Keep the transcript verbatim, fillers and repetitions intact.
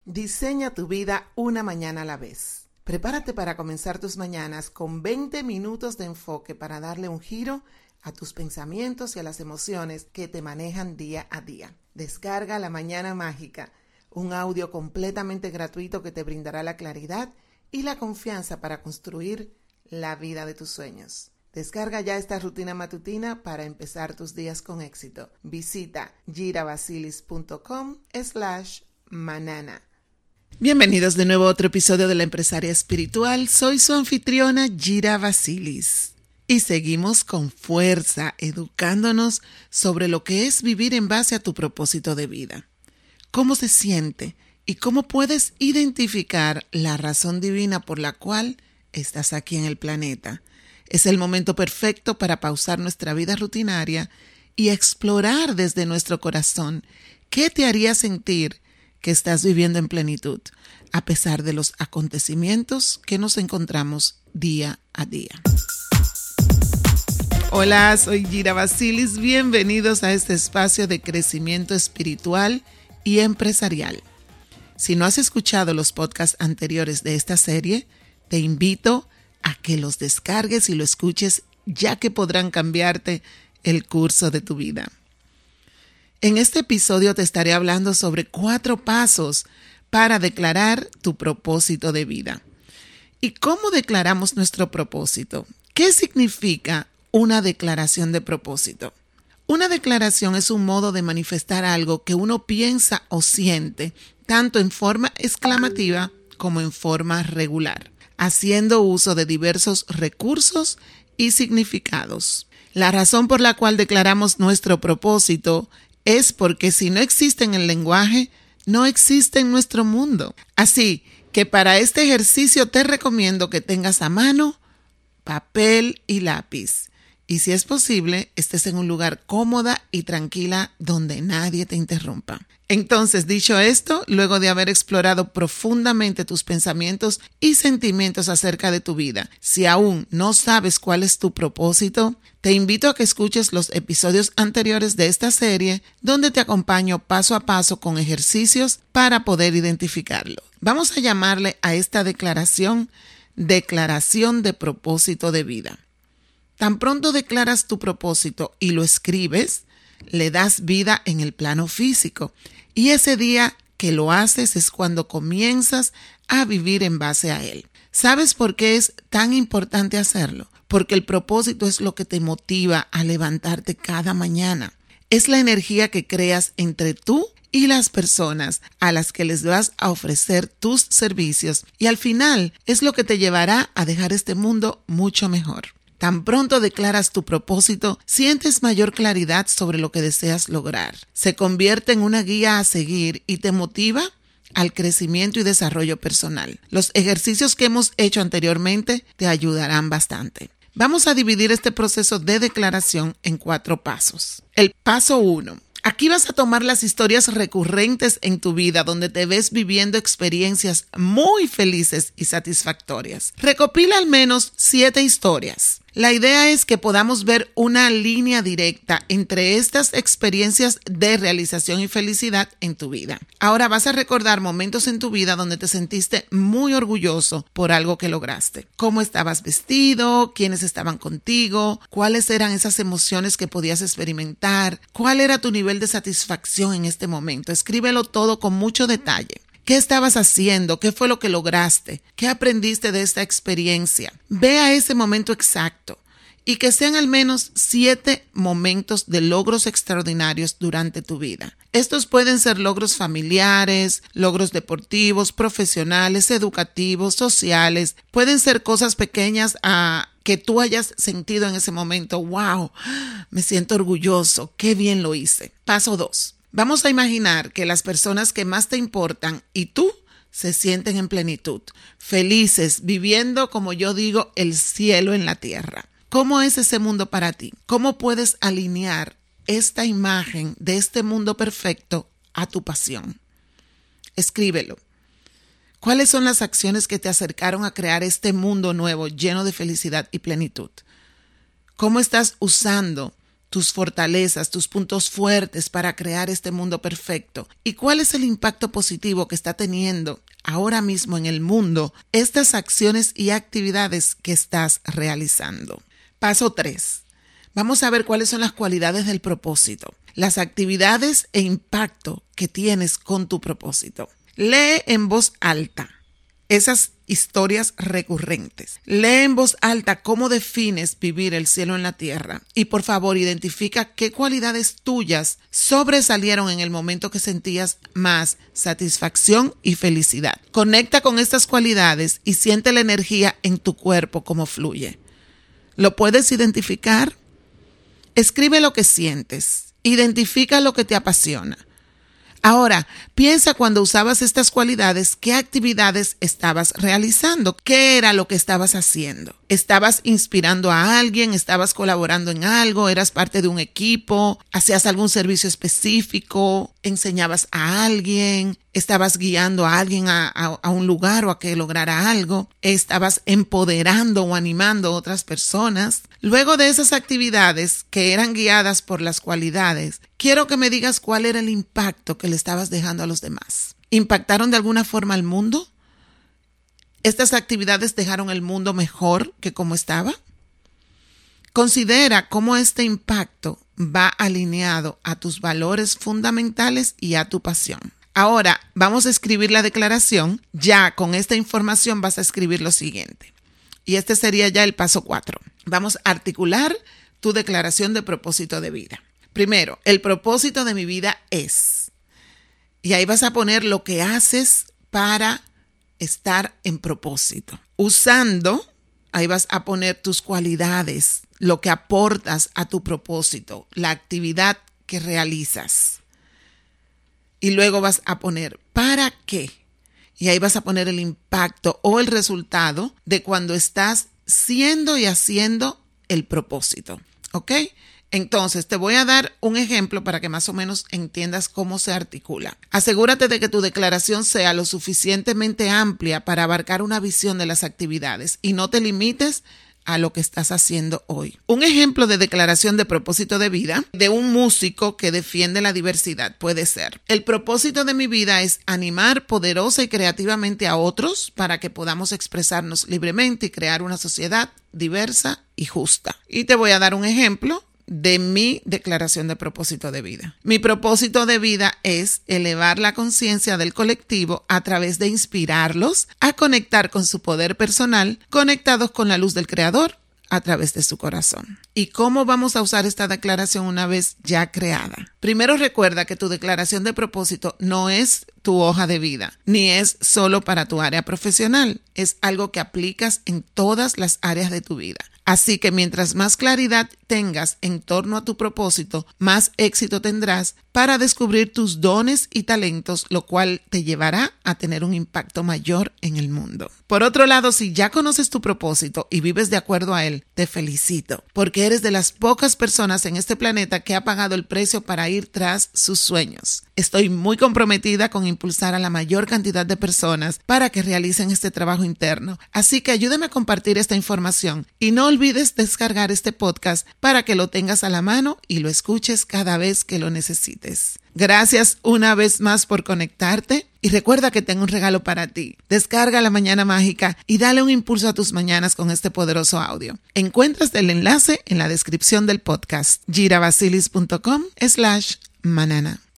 Diseña tu vida una mañana a la vez. Prepárate para comenzar tus mañanas con veinte minutos de enfoque para darle un giro a tus pensamientos y a las emociones que te manejan día a día. Descarga La Mañana Mágica, un audio completamente gratuito que te brindará la claridad y la confianza para construir la vida de tus sueños. Descarga ya esta rutina matutina para empezar tus días con éxito. Visita girabasilis.com slash manana. Bienvenidos de nuevo a otro episodio de La Empresaria Espiritual. Soy su anfitriona Gira Basilis y seguimos con fuerza educándonos sobre lo que es vivir en base a tu propósito de vida. ¿Cómo se siente y cómo puedes identificar la razón divina por la cual estás aquí en el planeta? Es el momento perfecto para pausar nuestra vida rutinaria y explorar desde nuestro corazón qué te haría sentir que estás viviendo en plenitud, a pesar de los acontecimientos que nos encontramos día a día. Hola, soy Gira Basilis. Bienvenidos a este espacio de crecimiento espiritual y empresarial. Si no has escuchado los podcasts anteriores de esta serie, te invito a que los descargues y lo escuches, ya que podrán cambiarte el curso de tu vida. En este episodio te estaré hablando sobre cuatro pasos para declarar tu propósito de vida. ¿Y cómo declaramos nuestro propósito? ¿Qué significa una declaración de propósito? Una declaración es un modo de manifestar algo que uno piensa o siente, tanto en forma exclamativa como en forma regular, haciendo uso de diversos recursos y significados. La razón por la cual declaramos nuestro propósito es porque si no existe en el lenguaje, no existe en nuestro mundo. Así que para este ejercicio te recomiendo que tengas a mano papel y lápiz. Y si es posible, estés en un lugar cómoda y tranquila donde nadie te interrumpa. Entonces, dicho esto, luego de haber explorado profundamente tus pensamientos y sentimientos acerca de tu vida, si aún no sabes cuál es tu propósito, te invito a que escuches los episodios anteriores de esta serie, donde te acompaño paso a paso con ejercicios para poder identificarlo. Vamos a llamarle a esta declaración, declaración de propósito de vida. Tan pronto declaras tu propósito y lo escribes, le das vida en el plano físico. Y ese día que lo haces es cuando comienzas a vivir en base a él. ¿Sabes por qué es tan importante hacerlo? Porque el propósito es lo que te motiva a levantarte cada mañana. Es la energía que creas entre tú y las personas a las que les vas a ofrecer tus servicios. Y al final es lo que te llevará a dejar este mundo mucho mejor. Tan pronto declaras tu propósito, sientes mayor claridad sobre lo que deseas lograr. Se convierte en una guía a seguir y te motiva al crecimiento y desarrollo personal. Los ejercicios que hemos hecho anteriormente te ayudarán bastante. Vamos a dividir este proceso de declaración en cuatro pasos. El paso uno. Aquí vas a tomar las historias recurrentes en tu vida donde te ves viviendo experiencias muy felices y satisfactorias. Recopila al menos siete historias. La idea es que podamos ver una línea directa entre estas experiencias de realización y felicidad en tu vida. Ahora vas a recordar momentos en tu vida donde te sentiste muy orgulloso por algo que lograste. Cómo estabas vestido, quiénes estaban contigo, cuáles eran esas emociones que podías experimentar, cuál era tu nivel de satisfacción en este momento. Escríbelo todo con mucho detalle. ¿Qué estabas haciendo? ¿Qué fue lo que lograste? ¿Qué aprendiste de esta experiencia? Ve a ese momento exacto y que sean al menos siete momentos de logros extraordinarios durante tu vida. Estos pueden ser logros familiares, logros deportivos, profesionales, educativos, sociales. Pueden ser cosas pequeñas a que tú hayas sentido en ese momento. ¡Wow! Me siento orgulloso. ¡Qué bien lo hice! Paso dos. Vamos a imaginar que las personas que más te importan y tú se sienten en plenitud, felices, viviendo, como yo digo, el cielo en la tierra. ¿Cómo es ese mundo para ti? ¿Cómo puedes alinear esta imagen de este mundo perfecto a tu pasión? Escríbelo. ¿Cuáles son las acciones que te acercaron a crear este mundo nuevo lleno de felicidad y plenitud? ¿Cómo estás usando tus fortalezas, tus puntos fuertes para crear este mundo perfecto y cuál es el impacto positivo que está teniendo ahora mismo en el mundo estas acciones y actividades que estás realizando. Paso tres. Vamos a ver cuáles son las cualidades del propósito, las actividades e impacto que tienes con tu propósito. Lee en voz alta esas historias recurrentes. Lee en voz alta cómo defines vivir el cielo en la tierra y por favor identifica qué cualidades tuyas sobresalieron en el momento que sentías más satisfacción y felicidad. Conecta con estas cualidades y siente la energía en tu cuerpo cómo fluye. ¿Lo puedes identificar? Escribe lo que sientes. Identifica lo que te apasiona. Ahora, piensa cuando usabas estas cualidades, ¿qué actividades estabas realizando? ¿Qué era lo que estabas haciendo? ¿Estabas inspirando a alguien? ¿Estabas colaborando en algo? ¿Eras parte de un equipo? ¿Hacías algún servicio específico? ¿Enseñabas a alguien? ¿Estabas guiando a alguien a, a, a un lugar o a que lograra algo? ¿Estabas empoderando o animando a otras personas? Luego de esas actividades que eran guiadas por las cualidades, quiero que me digas cuál era el impacto que le estabas dejando a los demás. ¿Impactaron de alguna forma al mundo? ¿Estas actividades dejaron el mundo mejor que como estaba? Considera cómo este impacto va alineado a tus valores fundamentales y a tu pasión. Ahora vamos a escribir la declaración. Ya con esta información vas a escribir lo siguiente. Y este sería ya el paso cuatro. Vamos a articular tu declaración de propósito de vida. Primero, el propósito de mi vida es. Y ahí vas a poner lo que haces para estar en propósito. Usando, ahí vas a poner tus cualidades, lo que aportas a tu propósito, la actividad que realizas. Y luego vas a poner ¿para qué? Y ahí vas a poner el impacto o el resultado de cuando estás siendo y haciendo el propósito. ¿Ok? Entonces, te voy a dar un ejemplo para que más o menos entiendas cómo se articula. Asegúrate de que tu declaración sea lo suficientemente amplia para abarcar una visión de las actividades y no te limites a lo que estás haciendo hoy. Un ejemplo de declaración de propósito de vida de un músico que defiende la diversidad puede ser: el propósito de mi vida es animar poderosa y creativamente a otros para que podamos expresarnos libremente y crear una sociedad diversa y justa. Y te voy a dar un ejemplo de mi declaración de propósito de vida. Mi propósito de vida es elevar la conciencia del colectivo a través de inspirarlos a conectar con su poder personal, conectados con la luz del Creador a través de su corazón. ¿Y cómo vamos a usar esta declaración una vez ya creada? Primero, recuerda que tu declaración de propósito no es tu hoja de vida, ni es solo para tu área profesional. Es algo que aplicas en todas las áreas de tu vida. Así que mientras más claridad tengas en torno a tu propósito, más éxito tendrás para descubrir tus dones y talentos, lo cual te llevará a tener un impacto mayor en el mundo. Por otro lado, si ya conoces tu propósito y vives de acuerdo a él, te felicito, porque eres de las pocas personas en este planeta que ha pagado el precio para ir tras sus sueños. Estoy muy comprometida con impulsar a la mayor cantidad de personas para que realicen este trabajo interno. Así que ayúdame a compartir esta información y no olvides descargar este podcast para que lo tengas a la mano y lo escuches cada vez que lo necesites. Gracias una vez más por conectarte y recuerda que tengo un regalo para ti. Descarga La Mañana Mágica y dale un impulso a tus mañanas con este poderoso audio. Encuentras el enlace en la descripción del podcast. girabasilis punto com slash manana.